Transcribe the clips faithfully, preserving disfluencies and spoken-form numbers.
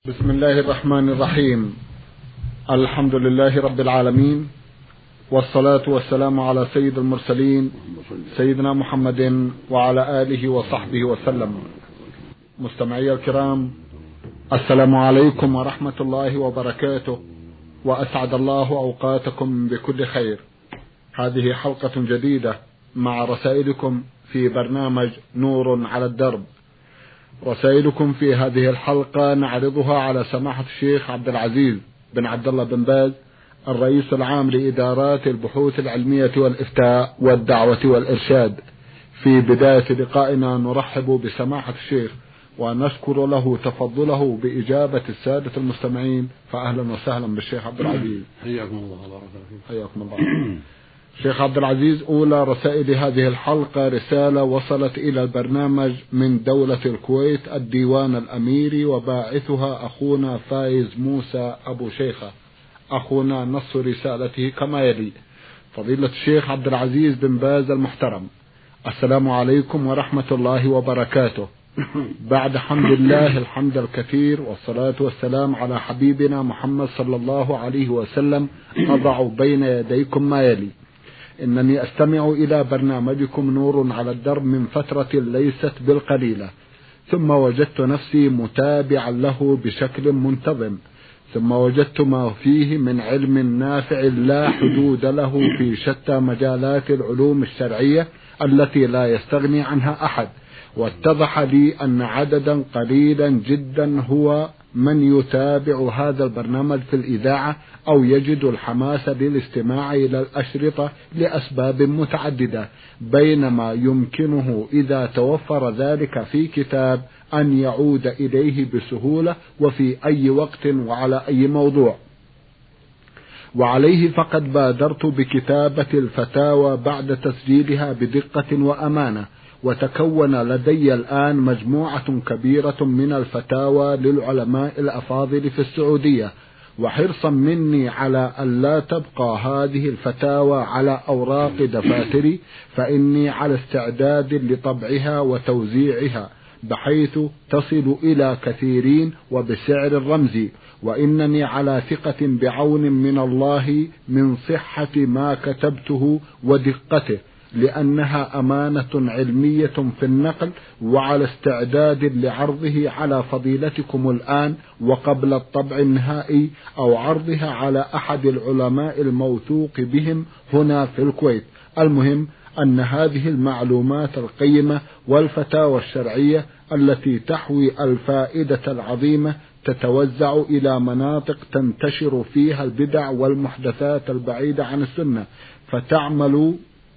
بسم الله الرحمن الرحيم. الحمد لله رب العالمين، والصلاة والسلام على سيد المرسلين سيدنا محمد وعلى آله وصحبه وسلم. مستمعي الكرام، السلام عليكم ورحمة الله وبركاته، وأسعد الله أوقاتكم بكل خير. هذه حلقة جديدة مع رسائلكم في برنامج نور على الدرب. رسائلكم في هذه الحلقة نعرضها على سماحة الشيخ عبد العزيز بن عبد الله بن باز، الرئيس العام لإدارات البحوث العلمية والإفتاء والدعوة والإرشاد. في بداية لقائنا نرحب بسماحة الشيخ ونشكر له تفضله بإجابة السادة المستمعين، فأهلا وسهلا بالشيخ عبد العزيز. حياكم الله وبارك فيكم. حياكم الله. شيخ عبد العزيز، أولى رسائل هذه الحلقة رسالة وصلت إلى البرنامج من دولة الكويت الديوان الأميري، وباعثها أخونا فايز موسى أبو شيخة. أخونا نص رسالته كما يلي: فضيلة الشيخ عبد العزيز بن باز المحترم، السلام عليكم ورحمة الله وبركاته. بعد حمد الله الحمد الكثير والصلاة والسلام على حبيبنا محمد صلى الله عليه وسلم، أضع بين يديكم ما يلي: إنني أستمع إلى برنامجكم نور على الدرب من فترة ليست بالقليلة، ثم وجدت نفسي متابعا له بشكل منتظم، ثم وجدت ما فيه من علم نافع لا حدود له في شتى مجالات العلوم الشرعية التي لا يستغني عنها أحد. واتضح لي أن عددا قليلا جدا هو من يتابع هذا البرنامج في الإذاعة أو يجد الحماس للاستماع إلى الأشرطة لأسباب متعددة، بينما يمكنه إذا توفر ذلك في كتاب أن يعود إليه بسهولة وفي أي وقت وعلى أي موضوع. وعليه فقد بادرت بكتابة الفتاوى بعد تسجيلها بدقة وأمانة، وتكون لدي الآن مجموعة كبيرة من الفتاوى للعلماء الأفاضل في السعودية. وحرصا مني على أن لا تبقى هذه الفتاوى على أوراق دفاتري، فإني على استعداد لطبعها وتوزيعها بحيث تصل إلى كثيرين وبسعر رمزي، وإنني على ثقة بعون من الله من صحة ما كتبته ودقته، لأنها أمانة علمية في النقل، وعلى استعداد لعرضه على فضيلتكم الآن وقبل الطبع النهائي أو عرضها على أحد العلماء الموثوق بهم هنا في الكويت. المهم أن هذه المعلومات القيمة والفتاوى الشرعية التي تحوي الفائدة العظيمة تتوزع إلى مناطق تنتشر فيها البدع والمحدثات البعيدة عن السنة، فتعمل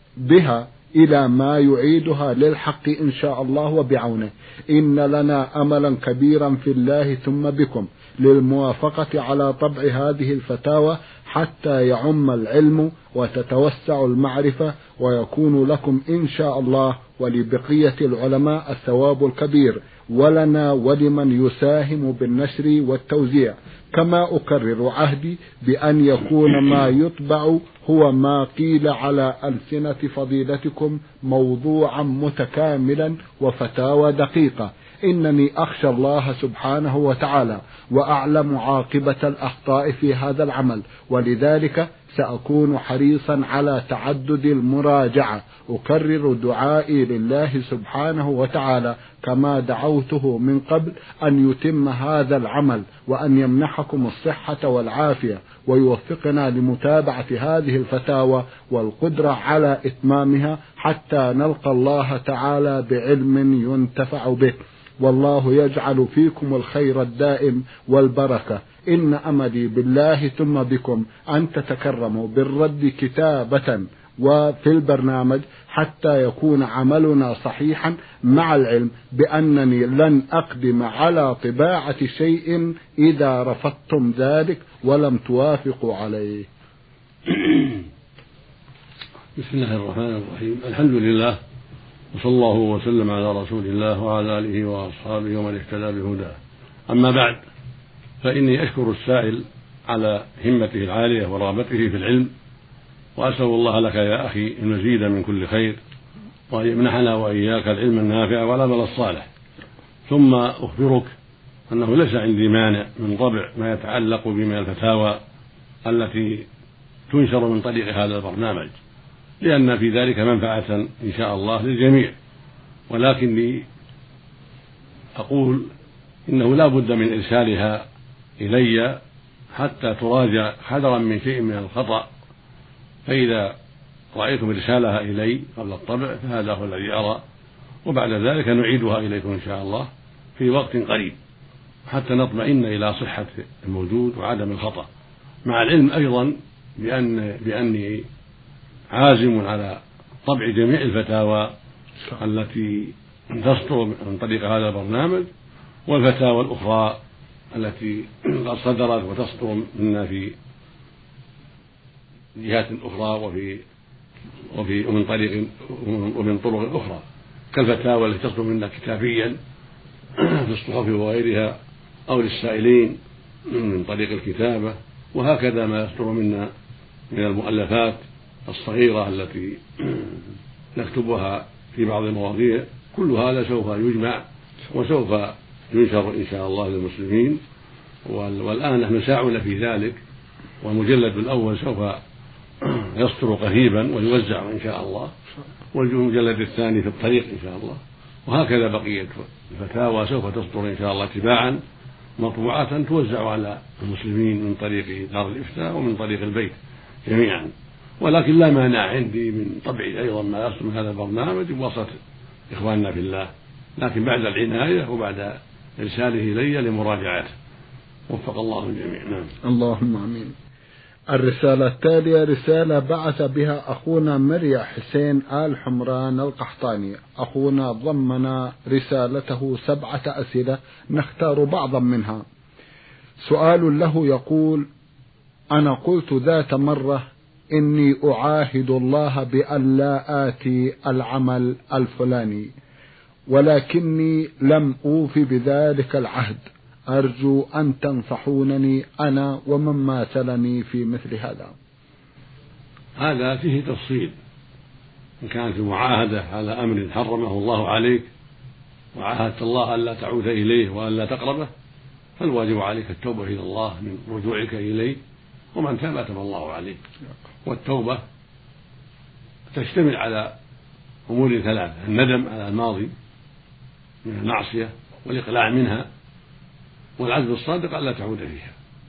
بها إلى ما يعيدها للحق إن شاء الله وبعونه. إن لنا أملا كبيرا في الله ثم بكم للموافقة على طبع هذه الفتاوى حتى يعم العلم وتتوسع المعرفة، ويكون لكم إن شاء الله ولبقية العلماء الثواب الكبير، ولنا ولمن يساهم بالنشر والتوزيع. كما أكرر عهدي بأن يكون ما يطبع هو ما قيل على ألسنة فضيلتكم موضوعا متكاملا وفتاوى دقيقة. إنني أخشى الله سبحانه وتعالى وأعلم عاقبة الأخطاء في هذا العمل، ولذلك سأكون حريصا على تعدد المراجعة. أكرر دعائي لله سبحانه وتعالى كما دعوته من قبل أن يتم هذا العمل، وأن يمنحكم الصحة والعافية، ويوفقنا لمتابعة هذه الفتاوى والقدرة على إتمامها حتى نلقى الله تعالى بعلم ينتفع به. والله يجعل فيكم الخير الدائم والبركة. إن أملي بالله ثم بكم أن تتكرموا بالرد كتابة وفي البرنامج حتى يكون عملنا صحيحا، مع العلم بأنني لن أقدم على طباعة شيء إذا رفضتم ذلك ولم توافقوا عليه. بسم الله الرحمن الرحيم. الحمد لله، وصلى الله وسلم على رسول الله وعلى آله وأصحابه ومن اهتدى بهداه. أما بعد، فإني أشكر السائل على همته العالية ورغبته في العلم، وأسأل الله لك يا أخي المزيد من كل خير، وأن يمنحنا وإياك العلم النافع والعمل الصالح. ثم أخبرك أنه ليس عندي مانع من طبع ما يتعلق بما الفتاوى التي تنشر من طريق هذا البرنامج، لأن في ذلك منفعة إن شاء الله للجميع، ولكني أقول إنه لا بد من إرسالها إلي حتى تراجع حذرا من شيء من الخطأ، فإذا رأيتم إرسالها إلي قبل الطبع فهذا هو الذي أرى، وبعد ذلك نعيدها إليكم إن شاء الله في وقت قريب حتى نطمئن إلى صحة الموجود وعدم الخطأ، مع العلم أيضا بأن بأني عازم على طبع جميع الفتاوى التي تصدر من طريق هذا البرنامج والفتاوى الأخرى التي قد صدرت وتصدر منا في جهات أخرى وفي وفي ومن طريق ومن طرق أخرى، كالفتاوى التي تصدر منا كتابيا في الصحف وغيرها أو للسائلين من طريق الكتابة، وهكذا ما يصدر منا من المؤلفات الصغيرة التي نكتبها في بعض المواضيع. كل هذا سوف يجمع وسوف ينشر إن شاء الله للمسلمين، والآن نحن ساعون في ذلك، والمجلد الأول سوف يصدر قريبا ويوزع إن شاء الله، والمجلد الثاني في الطريق إن شاء الله، وهكذا بقية الفتاوى سوف تصدر إن شاء الله تباعا مطبوعة توزع على المسلمين من طريق دار الإفتاء ومن طريق البيت جميعا. ولكن لا مانع عندي من طبع أيضا ما يصدر من هذا البرنامج بواسطة إخواننا في الله، لكن بعد العناية وبعد إرساله إلي لمراجعته. وفق الله الجميع. نعم. اللهم آمين. الرسالة التالية رسالة بعث بها أخونا مريا حسين آل حمران القحطاني. أخونا ضمن رسالته سبعة أسئلة نختار بعضا منها. سؤال له يقول: أنا قلت ذات مرة إني أعاهد الله بأن لا آتي العمل الفلاني، ولكني لم أوف بذلك العهد، أرجو أن تنصحونني أنا ومن ماثلني في مثل هذا. هذا فيه تفصيل، إن كانت المعاهدة على أمر حرمه الله عليك وعاهدت الله ألا تعود إليه وألا تقربه، فالواجب عليك التوبة إلى الله من رجوعك إليه، ومن تاب تاب الله عليه. والتوبة تشتمل على أمور ثلاثة: الندم على الماضي من المعصية والإقلاع منها، والعزم الصادق ألا تعود فيها.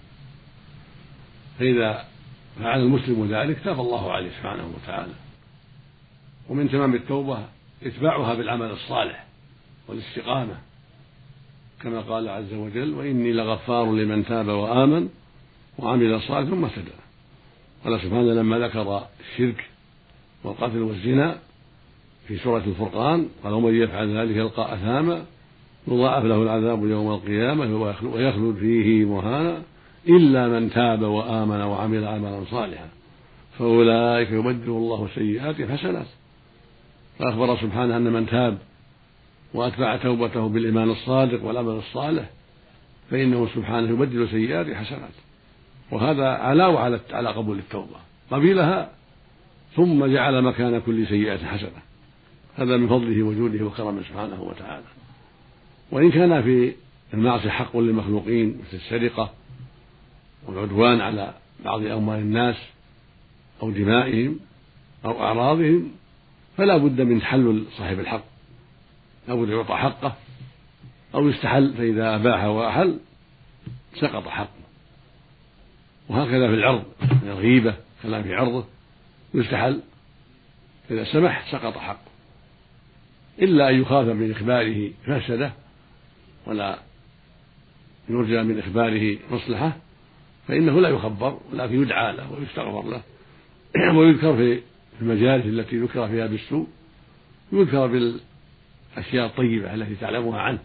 فإذا فعل المسلم ذلك تاب الله عليه سبحانه وتعالى. ومن تمام التوبة إتباعها بالعمل الصالح والاستقامة، كما قال عز وجل: وإني لغفار لمن تاب وآمن وعمل صالحا ثم اهتدى. قال سبحانه لما ذكر الشرك والقتل والزنا في سورة الفرقان قال: ومن يفعل ذلك يلقى أثاما يضاعف له العذاب يوم القيامة ويخلد فيه مهانا إلا من تاب وآمن وعمل عملا صالحا فأولئك يبدل الله سيئات حسنات. فأخبر سبحانه أن من تاب وأتبع توبته بالإيمان الصادق والعمل الصالح فإنه سبحانه يبدل سيئات حسنات، وهذا علاوة على على قبول التوبة، قبيلها ثم جعل مكان كل سيئة حسنة. هذا من فضله وجوده وكرمه سبحانه وتعالى. وإن كان في المعصية حق للمخلوقين مثل السرقة والعدوان على بعض أموال الناس أو دمائهم أو أعراضهم، فلا بد من تحلل صاحب الحق، لا بد يعطى حقه أو يستحل، فإذا أباح وأحل سقط حقه. وهكذا في العرض من الغيبة كلام في عرضه يستحل، إذا سمح سقط حقه، إلا أن يخاف من إخباره مفسدة ولا يرجى من إخباره مصلحة فإنه لا يخبر، ولكن يدعى له ويستغفر له ويذكر في المجالس التي ذكر فيها بالسوء، يذكر بالأشياء الطيبة التي تعلمها عنه،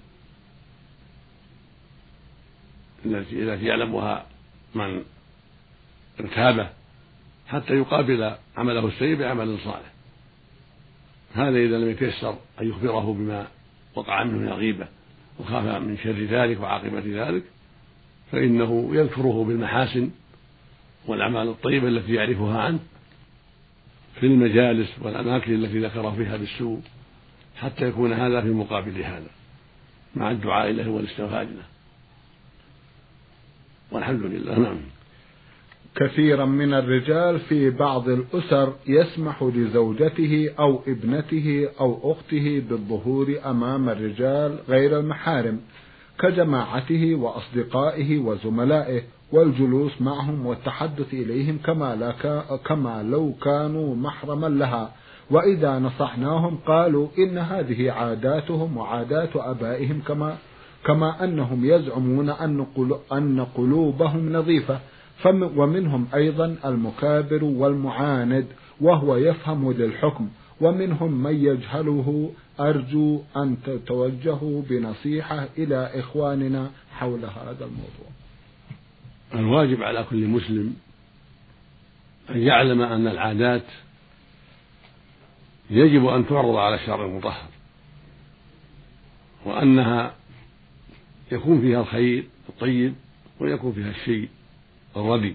التي يعلمها من ارتابه، حتى يقابل عمله السيء بعمل صالح. هذا إذا لم يتيسر أن يخبره بما وقع منه من الغيبة وخاف من شر ذلك وعاقبة ذلك، فإنه يذكره بالمحاسن والأعمال الطيبة التي يعرفها عنه في المجالس والأماكن التي ذكر فيها بالسوء، حتى يكون هذا في مقابل هذا مع الدعاء له والاستغفار له. والحمد لله. نعم. كثيرا من الرجال في بعض الأسر يسمح لزوجته أو ابنته أو أخته بالظهور أمام الرجال غير المحارم كجماعته وأصدقائه وزملائه والجلوس معهم والتحدث إليهم كما, لا كما لو كانوا محرما لها، وإذا نصحناهم قالوا إن هذه عاداتهم وعادات أبائهم، كما كما أنهم يزعمون أن قلوبهم نظيفة. ومنهم أيضا المكابر والمعاند وهو يفهم للحكم، ومنهم من يجهله. أرجو أن تتوجهوا بنصيحة إلى إخواننا حول هذا الموضوع. الواجب على كل مسلم أن يعلم أن العادات يجب أن تعرض على الشرع المطهر، وأنها يكون فيها الخير الطيب ويكون فيها الشيء الردي،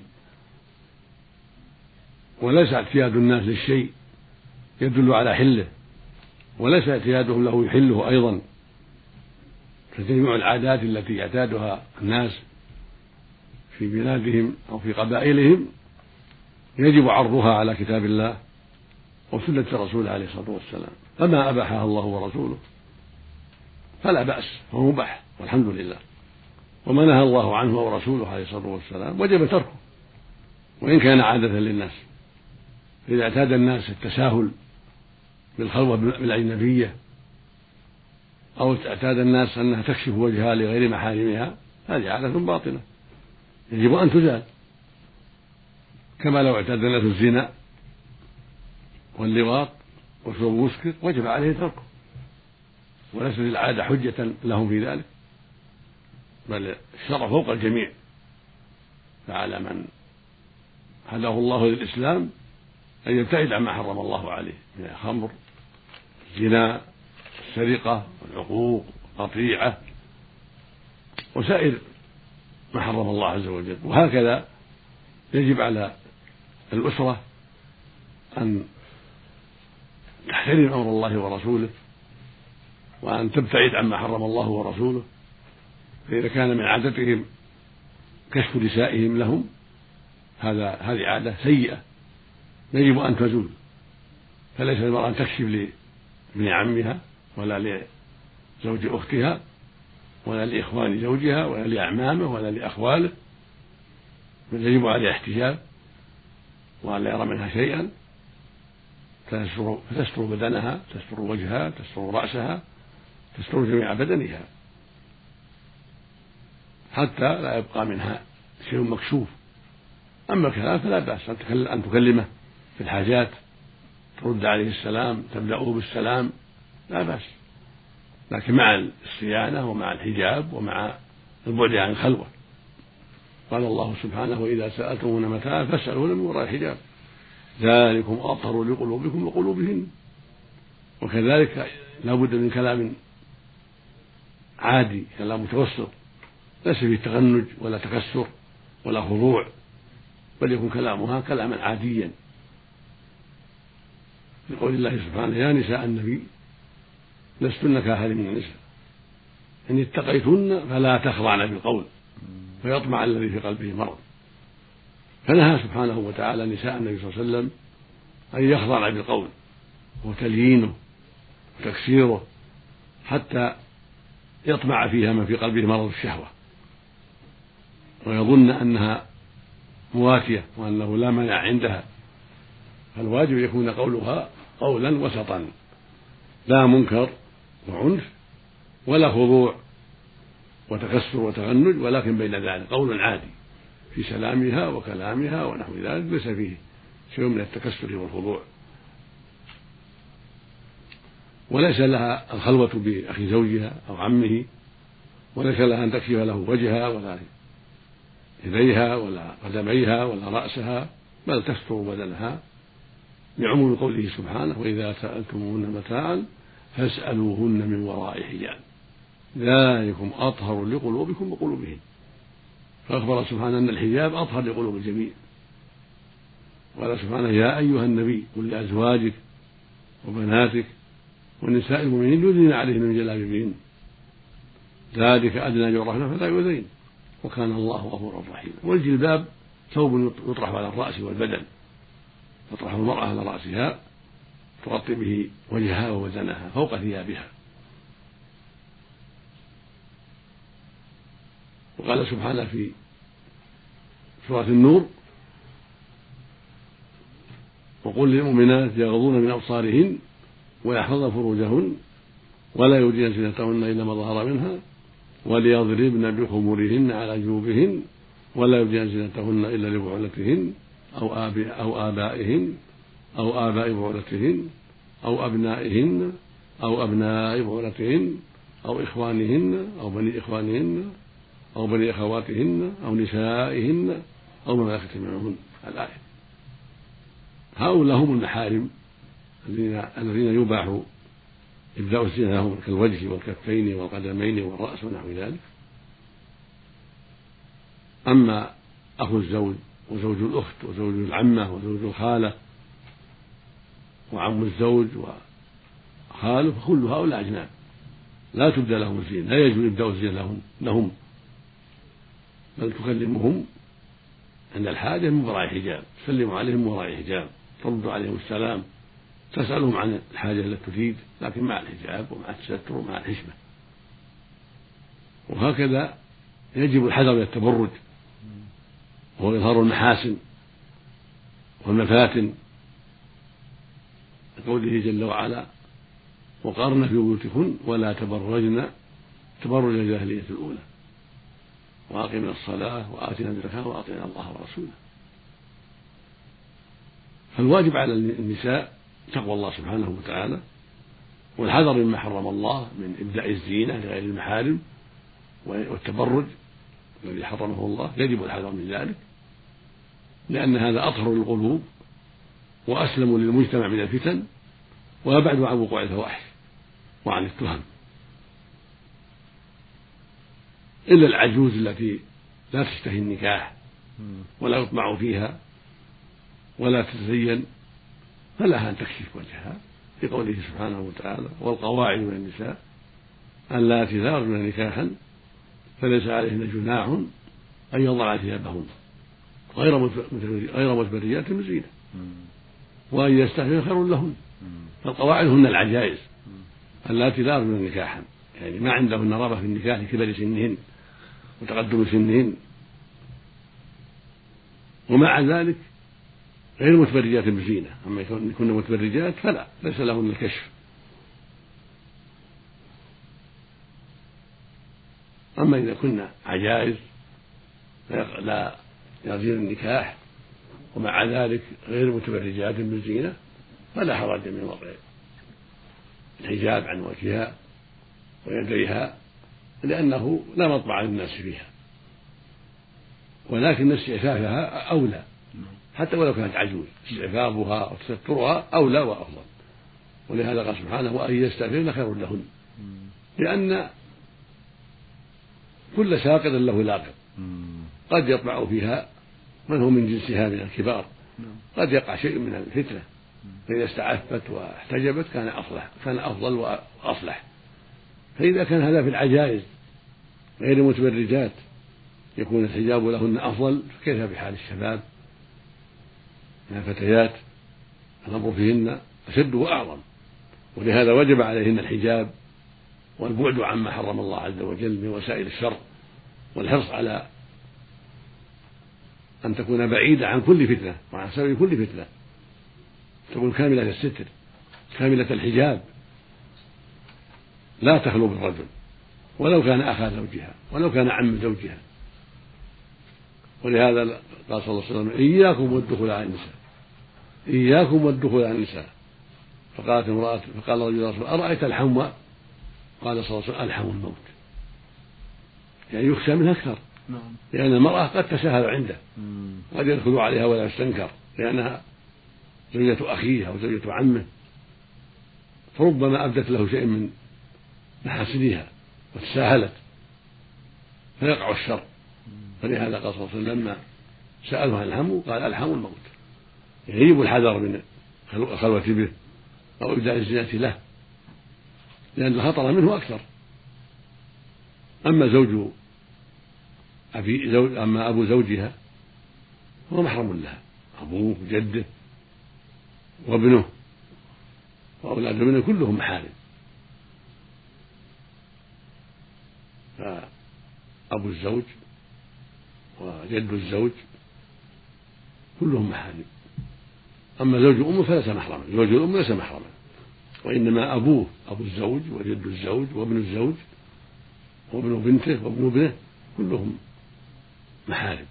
وليس اعتياد الناس للشيء يدل على حله، وليس اعتيادهم له يحله أيضا. فجميع العادات التي يعتادها الناس في بلادهم أو في قبائلهم يجب عرضها على كتاب الله وسنة الرسول عليه الصلاة والسلام، فما أباحها الله ورسوله فلا بأس، فهو مباح والحمد لله. وما نهى الله عنه ورسوله عليه الصلاة والسلام وجب تركه وإن كان عادة للناس. إذا اعتاد الناس التساهل بالخلوة بالأجنبية أو اعتاد الناس أنها تكشف وجهها لغير محارمها، هذه عادة باطلة يجب أن تزال، كما لو اعتاد الناس الزنا واللواط وشرب المسكر وجب عليه تركه، وليست العادة حجة لهم في ذلك، بل الشرع فوق الجميع. فعلى من هداه الله للإسلام أن يبتعد عما حرم الله عليه من الخمر، الزنا، السرقة، العقوق، القطيعة، وسائر ما حرم الله عز وجل. وهكذا يجب على الأسرة أن تحترم أمر الله ورسوله وأن تبتعد عما حرم الله ورسوله. فإذا كان من عادتهم كشف نسائهم لهم، هذا هذه عادة سيئة يجب أن تزول. فليس المرأة أن تكشف لابن عمها ولا لزوج أختها ولا لإخوان زوجها ولا لأعمامه ولا لأخواله، بل يجب عليها احتجاب وأن لا يرى منها شيئا، فتستر بدنها، تستر وجهها، تستر رأسها، تستر جميع بدنها، حتى لا يبقى منها شيء مكشوف. أما الكلام فلا بأس أن تكلمه في الحاجات، ترد عليه السلام، تبدأه بالسلام، لا بأس، لكن مع الصيانة ومع الحجاب ومع البعد عن الخلوة. قال الله سبحانه: وإذا سألتمون متاعا فاسألوهن من وراء الحجاب ذلكم أطهر لقلوبكم وقلوبهن. وكذلك لا بد من كلام عادي، كلام متوسط ليس فيه تغنج ولا تكسر ولا خضوع، بل يكون كلامها كلاما عاديا، لقول الله سبحانه: يا نساء النبي لستن كأحد من النساء إن اتقيتن فلا تخضعن بالقول فيطمع الذي في قلبه مرض. فنهى سبحانه وتعالى نساء النبي صلى الله عليه وسلم أن يخضعن بالقول وتليينه وتكسيره حتى يطمع فيها من في قلبه مرض الشهوة ويظن أنها مواتية وأنه لا مانع عندها. فالواجب يكون قولها قولا وسطا، لا منكر وعنف ولا خضوع وتكسر وتغنج، ولكن بين ذلك قول عادي في سلامها وكلامها ونحو ذلك، ليس فيه شيء من التكسر والخضوع. وليس لها الخلوة بأخي زوجها أو عمه، وليس لها أن تكشف له وجهها ولا يديها ولا قدميها ولا رأسها، بل تستر بدنها بعموم قوله سبحانه: وإذا سألتموهن متاعا فاسألوهن من وراء حجاب ذلكم أطهر لقلوبكم وقلوبهن. فأخبر سبحانه أن الحجاب أطهر لقلوب الجميع. وقال سبحانه: يا أيها النبي قل لأزواجك وبناتك ونساء المؤمنين يدنين عليهن من جلابيبهن ذلك أدنى أن يعرفن فلا يؤذين وكان الله غفورا رحيما. والجلباب ثوب يطرح على الرأس والبدن، تطرحه المرأة على رأسها تغطي به وجهها وبدنها فوق ثيابها. وقال سبحانه في سورة النور: وقل للمؤمنات يغضون من أبصارهن ويحفظن فروجهن ولا يبدين زينتهن إلا ما ظهر منها وليضربن بخمورهن على جيوبهن ولا يبدين زينتهن إلا لبعولتهن أو آباء أو آبائهن أو آباء بعولتهن أو أبنائهن أو أبناء بعولتهن أو إخوانهن أو بني إخوانهن أو بني أخواتهن أو نسائهن أو ملائكة منهن. الآية. هؤلاء هم المحارم الذين يباح إبداء الزينة لهم كالوجه والكفين والقدمين والرأس ونحو ذلك. أما أخو الزوج وزوج الأخت وزوج العمة وزوج الخالة وعم الزوج وخاله فكل هؤلاء أجناب لا تبدأ لهم الزينة، لا يجوز إبداء الزينة لهم، بل تكلمهم عند الحاجة من وراء حجاب، تسلم عليهم من وراء حجاب، ترد عليهم السلام، تسألهم عن الحاجة التي تريد لكن مع الحجاب ومع التستر ومع الحشمة. وهكذا يجب الحذر من التبرج وهو إظهار المحاسن والمفاتن لقوله جل وعلا: وقرن في بيوتكن ولا تبرجن تبرج الجاهلية الأولى وأقمنا الصلاة وآتنا الزكاة وأطعنا الله ورسوله. فالواجب على النساء تقوى الله سبحانه وتعالى والحذر مما حرم الله من إبداء الزينة لغير المحارم والتبرج الذي حرمه الله، يجب الحذر من ذلك لأن هذا أطهر للقلوب وأسلم للمجتمع من الفتن وأبعد عن وقوع الفواحش وعن التهم. إلا العجوز التي لا تشتهي النكاح ولا يطمع فيها ولا تتزين فلها أن تكشف وجهها في قوله سبحانه وتعالى: والقواعد من النساء اللاتي لا يرجون نكاحا فليس عليهن جناح أن يضعن ثيابهن غير متبرجات بزينة وأن يستحيين خير لهن. فالقواعد هن العجائز اللاتي لا يرجون نكاحا، يعني ما عندهن رغبة في النكاح لكبر سنهن وتقدم سنهن، ومع ذلك غير متبرجات بزينة. أما يكون متبرجات فلا ليس لهن الكشف. أما إذا كنا عجائز لا يرجين النكاح ومع ذلك غير متبرجات بالزينة فلا حرج من وضع الحجاب عن وجهها ويديها لأنه لا مطمع للناس فيها، ولكن استعفافها أولى حتى ولو كانت عجوز، استعفافها وتسترها أولى وأفضل. ولهذا قال سبحانه: وأن يستعففن خير لهن، لأن كل ساقط له لاقط، قد يطمع فيها من هو من جنسها من الكبار، قد يقع شيء من الفتنة، فإذا استعفت واحتجبت كان أصلح كان أفضل وأصلح. فإذا كان هذا في العجائز غير المتبرجات يكون الحجاب لهن أفضل، فكيف بحال الشباب من الفتيات؟ الأمر فيهن أشد وأعظم، ولهذا وجب عليهن الحجاب والبعد عما حرم الله عز وجل من وسائل الشر، والحرص على أن تكون بعيدة عن كل فتنة وعن سبب كل فتنة، تكون كاملة الستر كاملة الحجاب، لا تخلو بالرجل ولو كان أخا زوجها ولو كان عم زوجها. ولهذا قال صلى الله عليه وسلم: إياكم والدخول على النساء إياكم والدخول على النساء. فقالت امرأة فقال رجل: أرأيت الحموى؟ قال صلى الله عليه وسلم: الحم الموت. يعني يخشى منها أكثر، لأن المرأة قد تساهل عنده قد يدخل عليها ولا يستنكر لأنها زوجة أخيه أو زوجة عمه، فربما أبدت له شيء من محاسنها وتساهلت فيقع الشر. فلهذا قال صلى الله عليه وسلم لما سأله عن الحم قال: الحم الموت. يجب الحذر من الخلوة به أو إبداء الزينة له لأن الخطر منه أكثر. أما زوج أبي زوج أما أبو زوجها هو محرم لها، أبوه وجده وابنه وأولاد ابنه كلهم محارم، فأبو الزوج وجد الزوج كلهم محارم. أما زوج أمه فليس محرما، زوج الأم ليس محرما، وإنما أبوه أبو الزوج وجد الزوج وابن الزوج وابن بنته وابن ابنه كلهم محارم.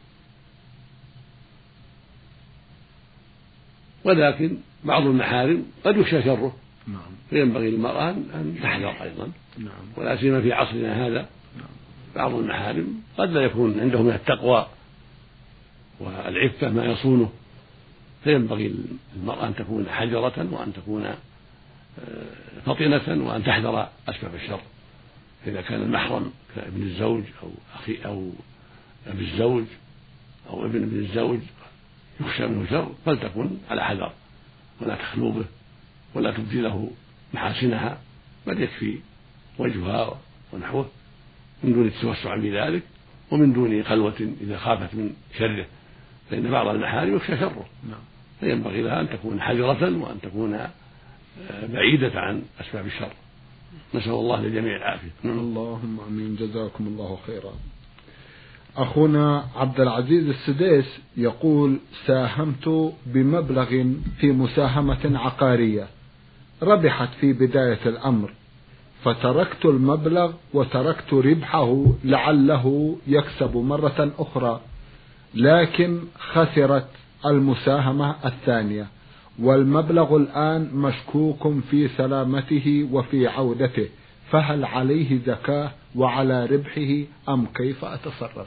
ولكن بعض المحارم قد يخشى شره، نعم. فينبغي للمرأة أن تحذر أيضا، نعم. ولا سيما في عصرنا هذا. نعم. بعض المحارم قد لا يكون عنده من التقوى والعفة ما يصونه، فينبغي للمرأة أن تكون حذرة وأن تكون فطنة وأن تحذر أسباب الشر. إذا كان المحرم كابن الزوج أو أخي أو أبي الزوج أو ابن ابن الزوج يخشى منه شر فلتكن على حذر، ولا تخلو به ولا تبدي له محاسنها، بل يكفي وجهها ونحوه من دون التوسع بذلك ومن دون خلوة إذا خافت من شره، فإن بعض المحارم يخشى شره، فينبغي لها أن تكون حذرة وأن تكون بعيدة عن أسباب الشر. نسأل الله للجميع العافية. اللهم آمين، جزاكم الله خيرا. أخونا عبد العزيز السديس يقول: ساهمت بمبلغ في مساهمة عقارية ربحت في بداية الأمر، فتركت المبلغ وتركت ربحه لعله يكسب مرة أخرى، لكن خسرت المساهمة الثانية، والمبلغ الآن مشكوك في سلامته وفي عودته، فهل عليه زكاة وعلى ربحه أم كيف أتصرف؟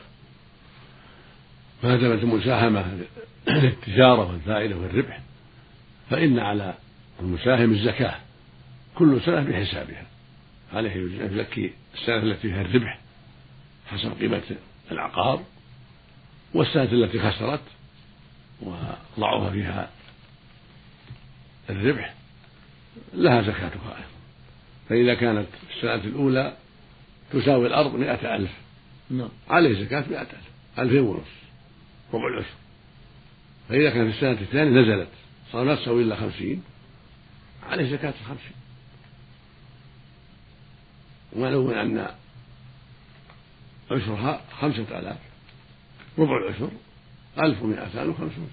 ما دامت المساهمة للتجارة والفائدة والربح فإن على المساهم الزكاة كل سنة بحسابها، عليه يزكي السنة التي فيها الربح حسب قيمة العقار، والسنة التي خسرت وضعها فيها الربح لها زكاتها أيضا. فإذا كانت السنة الأولى تساوي الأرض مئة ألف نعم. عليه زكاة مئة ألف، ألفين ونصف، ربع العشر. فإذا كانت في السنة الثانية نزلت صار لا تساوي إلا خمسين عليه زكاة الخمسين. ومعلوم أن عشرها خمسة آلاف، ربع العشر ألف ومئتان وخمسون.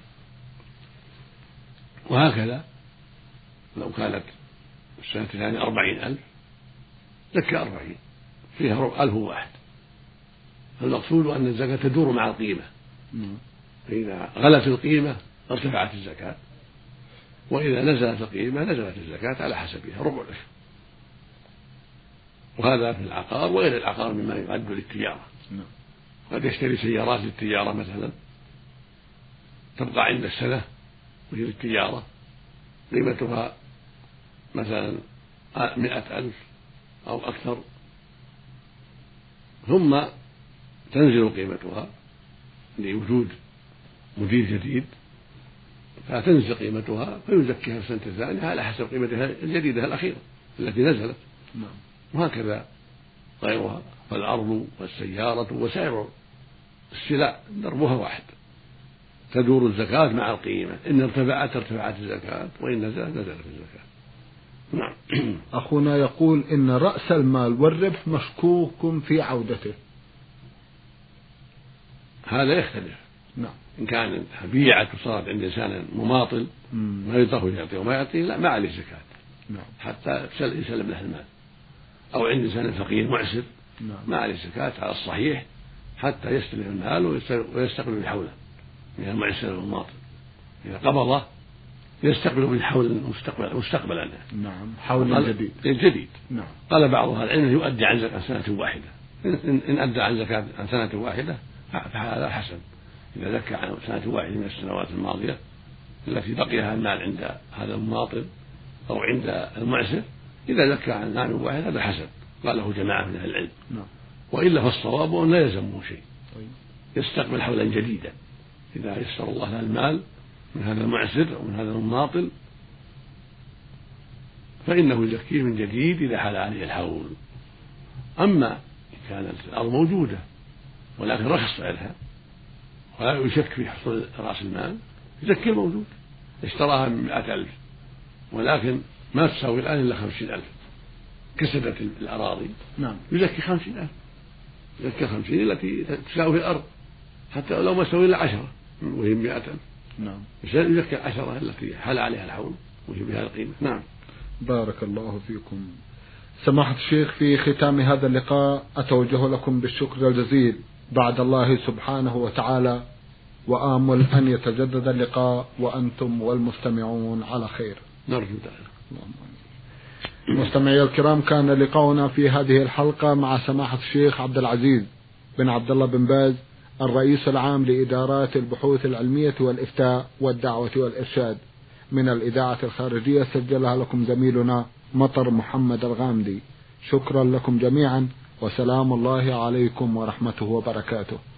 وهكذا لو كانت السنة الثانية أربعين ألف زكى أربعين فيها ألف واحد. المقصود أن الزكاة تدور مع القيمة، فإذا غلت القيمة ارتفعت الزكاة، وإذا نزلت القيمة نزلت الزكاة على حسبها ربع العشر. وهذا في العقار وغير العقار مما يعد للتجارة. قد يشتري سيارات للتجارة مثلا تبقى عند السنة وهي للتجارة قيمتها مثلا مئة ألف أو أكثر، ثم تنزل قيمتها لوجود مدير جديد فتنزل قيمتها فيزكيها في السنة الثانية على حسب قيمتها الجديدة الأخيرة التي نزلت. وهكذا غيرها، فالأرض والسيارة وسائر السلع دربها واحد، تدور الزكاة مع القيمة، إن ارتفعت ارتفعت الزكاة وإن نزلت نزلت الزكاة. نعم. أخونا يقول إن رأس المال والربح مشكوك في عودته. هذا يختلف. نعم. إن كان بيعة صارت عند إنسان مماطل ما يطهو يعطيه وما يعطيه لا ما عليه زكاة. نعم. حتى يسلم له المال. أو عند إنسان فقير معسر نعم. ما عليه زكاة على الصحيح حتى يستلم المال ويستقبل بحوله من المعسر والمماطل. إذا قبضه يستقبل من حول مستقبلا. نعم. حول جديد. جديد. نعم. قال بعض أهل العلم يؤدي عن زكاة سنة واحدة. إن, إن أدى عن زكاة عن سنة واحدة فهذا حسن. إذا زكى عن سنة واحدة من السنوات الماضية التي بقيها المال عند هذا المماطل أو عند المعسر، إذا زكى عن عام واحد هذا حسن، قاله جماعة من أهل العلم. نعم. وإلا فالصواب أن لا يلزمه شيء، يستقبل حولا جديدا إذا يسر الله له المال من هذا المعسر أو من هذا المماطل فإنه يزكيه من جديد إذا حال عليه الحول. أما إن كانت الأرض موجودة ولكن رخص سعرها ولا يشك في حصول رأس المال يزكي الموجود. اشتراها من مئة ألف ولكن ما تساوي الآن إلا خمسين ألف، كسدت الأراضي نعم يزكي خمسين ألف، يزكي خمسين التي تساوي الأرض حتى لو ما تساوي إلا عشرة وهي مئة ألف نعم يزكي العشرة التي حل عليها الحول وهي بها القيمة. نعم. بارك الله فيكم. سماحة الشيخ، في ختام هذا اللقاء أتوجه لكم بالشكر الجزيل بعد الله سبحانه وتعالى، وآمل أن يتجدد اللقاء وأنتم والمستمعون على خير. نرجو ذلك. مستمعي الكرام، كان لقاؤنا في هذه الحلقة مع سماحة الشيخ عبد العزيز بن عبد الله بن باز، الرئيس العام لإدارات البحوث العلمية والإفتاء والدعوة والإرشاد، من الإذاعة الخارجية، سجلها لكم زميلنا مطر محمد الغامدي. شكرا لكم جميعا، وسلام الله عليكم ورحمته وبركاته.